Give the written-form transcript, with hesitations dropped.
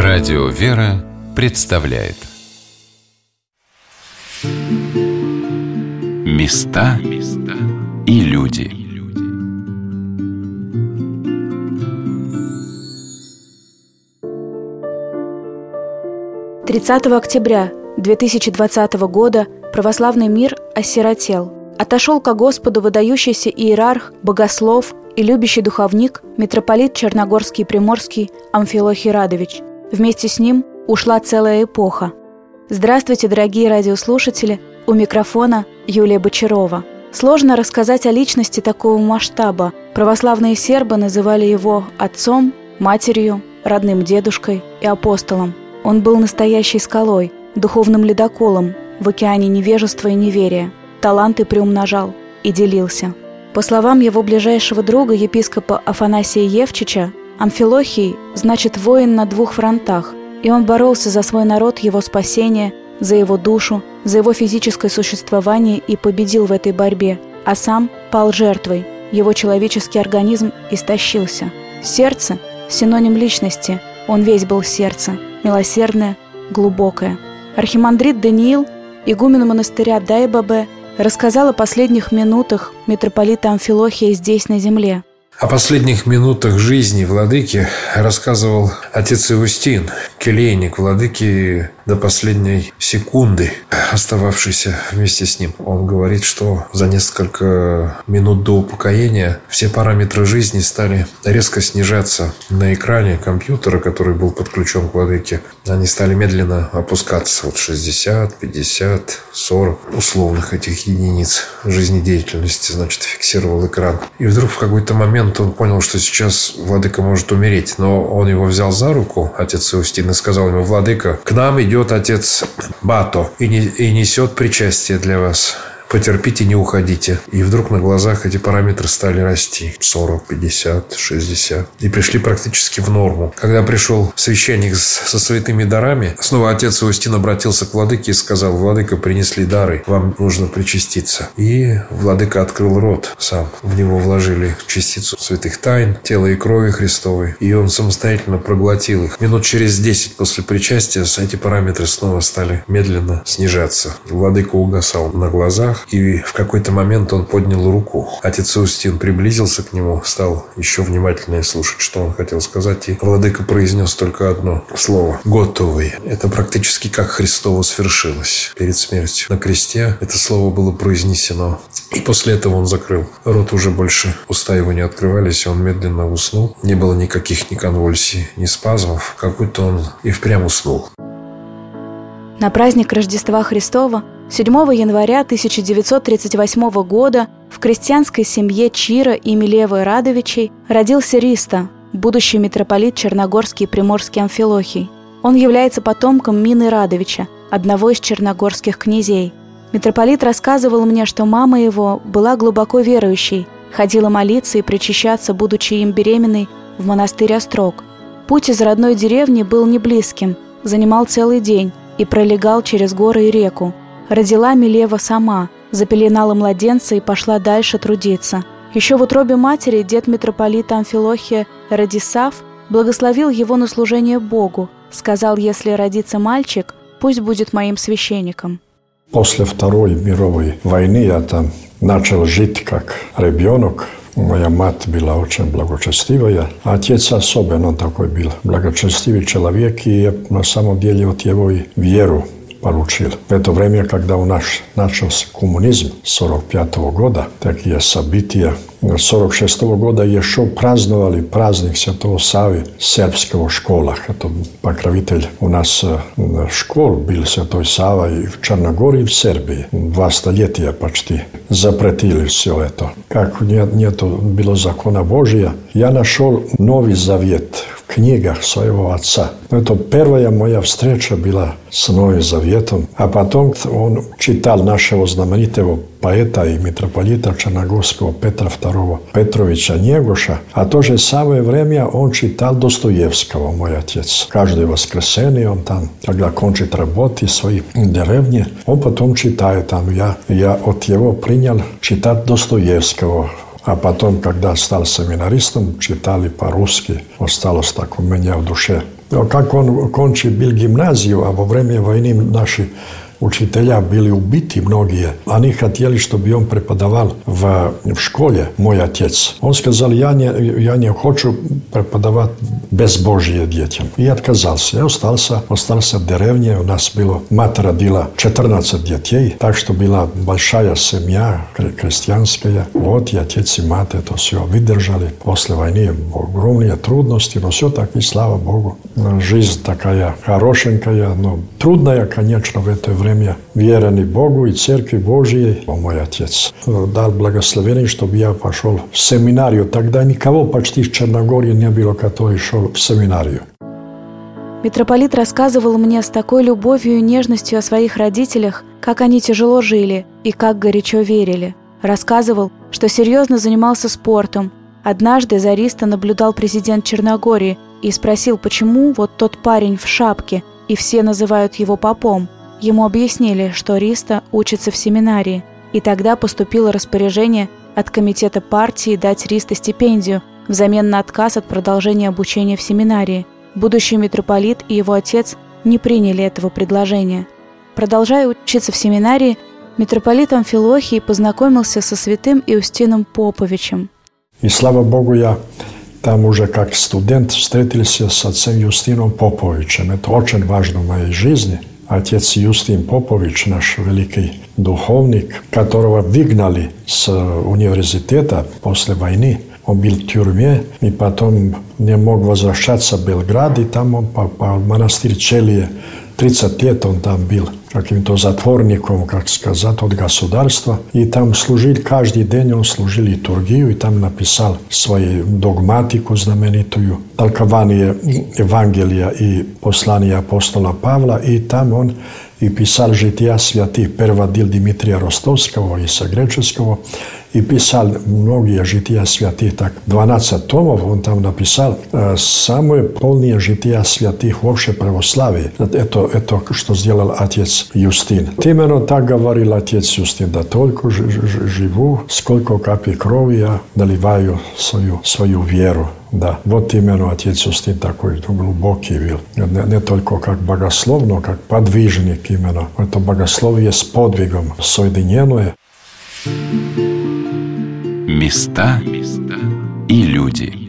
Радио «Вера» представляет Места и люди. «30 октября 2020 года православный мир осиротел. Отошел ко Господу выдающийся иерарх, богослов и любящий духовник митрополит Черногорский и Приморский Амфилохий Радович. Вместе с ним ушла целая эпоха. Здравствуйте, дорогие радиослушатели! У микрофона Юлия Бочарова. Сложно рассказать о личности такого масштаба. Православные сербы называли его отцом, матерью, родным дедушкой и апостолом. Он был настоящей скалой, духовным ледоколом в океане невежества и неверия. Таланты приумножал и делился. По словам его ближайшего друга, епископа Афанасия Евчича, Амфилохий значит воин на двух фронтах, и он боролся за свой народ, его спасение, за его душу, за его физическое существование и победил в этой борьбе, а сам пал жертвой, его человеческий организм истощился. Сердце – синоним личности, он весь был сердце, милосердное, глубокое. Архимандрит Даниил, игумен монастыря Дайбабе, рассказал о последних минутах митрополита Амфилохия здесь, на земле. О последних минутах жизни владыки рассказывал отец Иустин, келейник владыки до последней секунды, остававшийся вместе с ним. Он говорит, что за несколько минут до упокоения все параметры жизни стали резко снижаться на экране компьютера, который был подключен к владыке. Они стали медленно опускаться. Вот 60, 50, 40 условных этих единиц жизнедеятельности, значит, фиксировал экран. И вдруг в какой-то момент он понял, что сейчас владыка может умереть. Но он его взял за руку, отец Иустин, и сказал ему: «Владыка, к нам идет отец Бато и несет причастие для вас. Потерпите, не уходите». И вдруг на глазах эти параметры стали расти. 40, 50, 60. И пришли практически в норму. Когда пришел священник со святыми дарами, снова отец Иустин обратился к владыке и сказал: «Владыка, принесли дары, вам нужно причаститься». И владыка открыл рот сам. В него вложили частицу святых тайн, тела и крови Христовой. И он самостоятельно проглотил их. Минут через 10 после причастия эти параметры снова стали медленно снижаться. Владыка угасал на глазах. И в какой-то момент он поднял руку. Отец Иустин приблизился к нему, стал еще внимательнее слушать, что он хотел сказать. И владыка произнес только одно слово: «Готовые». Это практически как Христово свершилось перед смертью. На кресте это слово было произнесено. И после этого он закрыл рот, уже больше уста его не открывались, и он медленно уснул. Не было никаких ни конвульсий, ни спазмов. Как будто он и впрямь уснул. На праздник Рождества Христова 7 января 1938 года в крестьянской семье Чира и Милевы Радовичей родился Риста, будущий митрополит Черногорский и Приморский Амфилохий. Он является потомком Мины Радовича, одного из черногорских князей. Митрополит рассказывал мне, что мама его была глубоко верующей, ходила молиться и причащаться, будучи им беременной, в монастырь Острог. Путь из родной деревни был неблизким, занимал целый день и пролегал через горы и реку. Родила Милева сама, запеленала младенца и пошла дальше трудиться. Еще в утробе матери дед митрополита Амфилохия Радисав благословил его на служение Богу, сказал: «Если родится мальчик, пусть будет моим священником». После Второй мировой войны я там начал жить как ребенок. Моя мать была очень благочестивая. Отец особенно, он такой был благочестивый человек, и я на самом деле от его и веру получил. В это время, когда у нас начался коммунизм 1945 года, такие события. 1946 года еще праздновали праздник Святого Савы в сербских школах. Это покровитель у нас школ был Святой Сава и в Черногории, и в Сербии. 2 столетия почти запретили все это. Как нету было закона Божия, я нашел Новый Завет в книгах своего отца. Это первая моя встреча была с Новым Заветом. А потом он читал нашего знаменитого поэта и митрополита Черногорского Петра II Петровича Негоша, а в то же самое время он читал Достоевского, мой отец. Каждое воскресенье он там, когда кончит работы в своей деревне, он потом читает там. Я от его принял читать Достоевского. А потом, когда стал семинаристом, читали по-русски. Осталось так у меня в душе Как он кончил гимназию, а во время войны наши учителя были убиты многие. Они хотели, чтобы он преподавал в школе, мой отец. Он сказал, я не хочу преподавать безбожие детям. И отказался. Я остался в деревне. У нас было, мать родила 14 детей, так что была большая семья, крестьянская. Вот и отец и мать это все выдержали. После войны огромные трудности, но все-таки, слава Богу, жизнь такая хорошенькая, но трудная, конечно, в это время. Верен Богу и Церкви Божьей. Мой отец дал благословение, чтобы я пошел в семинарию. Тогда никого почти в Черногории не было, который шел в семинарию. Митрополит рассказывал мне с такой любовью и нежностью о своих родителях, как они тяжело жили и как горячо верили. Рассказывал, что серьезно занимался спортом. Однажды за Риста наблюдал президент Черногории и спросил, почему вот тот парень в шапке, и все называют его попом. Ему объяснили, что Риста учится в семинарии, и тогда поступило распоряжение от комитета партии дать Риста стипендию взамен на отказ от продолжения обучения в семинарии. Будущий митрополит и его отец не приняли этого предложения. Продолжая учиться в семинарии, митрополит Амфилохий познакомился со святым Иустином Поповичем. И слава Богу, я там уже как студент встретился с отцом Иустином Поповичем. Это очень важно в моей жизни. Отец Иустин Попович, наш великий духовник, которого выгнали с университета после войны. Он был в тюрьме и потом не мог возвращаться в Белград, и там он попал в монастырь Челия. 30 лет он там был каким-то затворником, как сказать, от государства. И там служил, каждый день он служил литургию, и там написал свою догматику знаменитую, толкование Евангелия и послания апостола Павла, и там он и писал жития святых, переводил Дмитрия Ростовского и Согреческого, и писал многие жития святых, так 12 томов он там написал, самые полные жития святых в общем православии. Это что сделал отец Юстин. Именно так говорил отец Юстин, да только живу, сколько капель крови я наливаю свою веру. Да, вот именно отец Юстин такой глубокий был. Не только как богослов, но как подвижник именно. Это богословие с подвигом соединенное. Места и люди.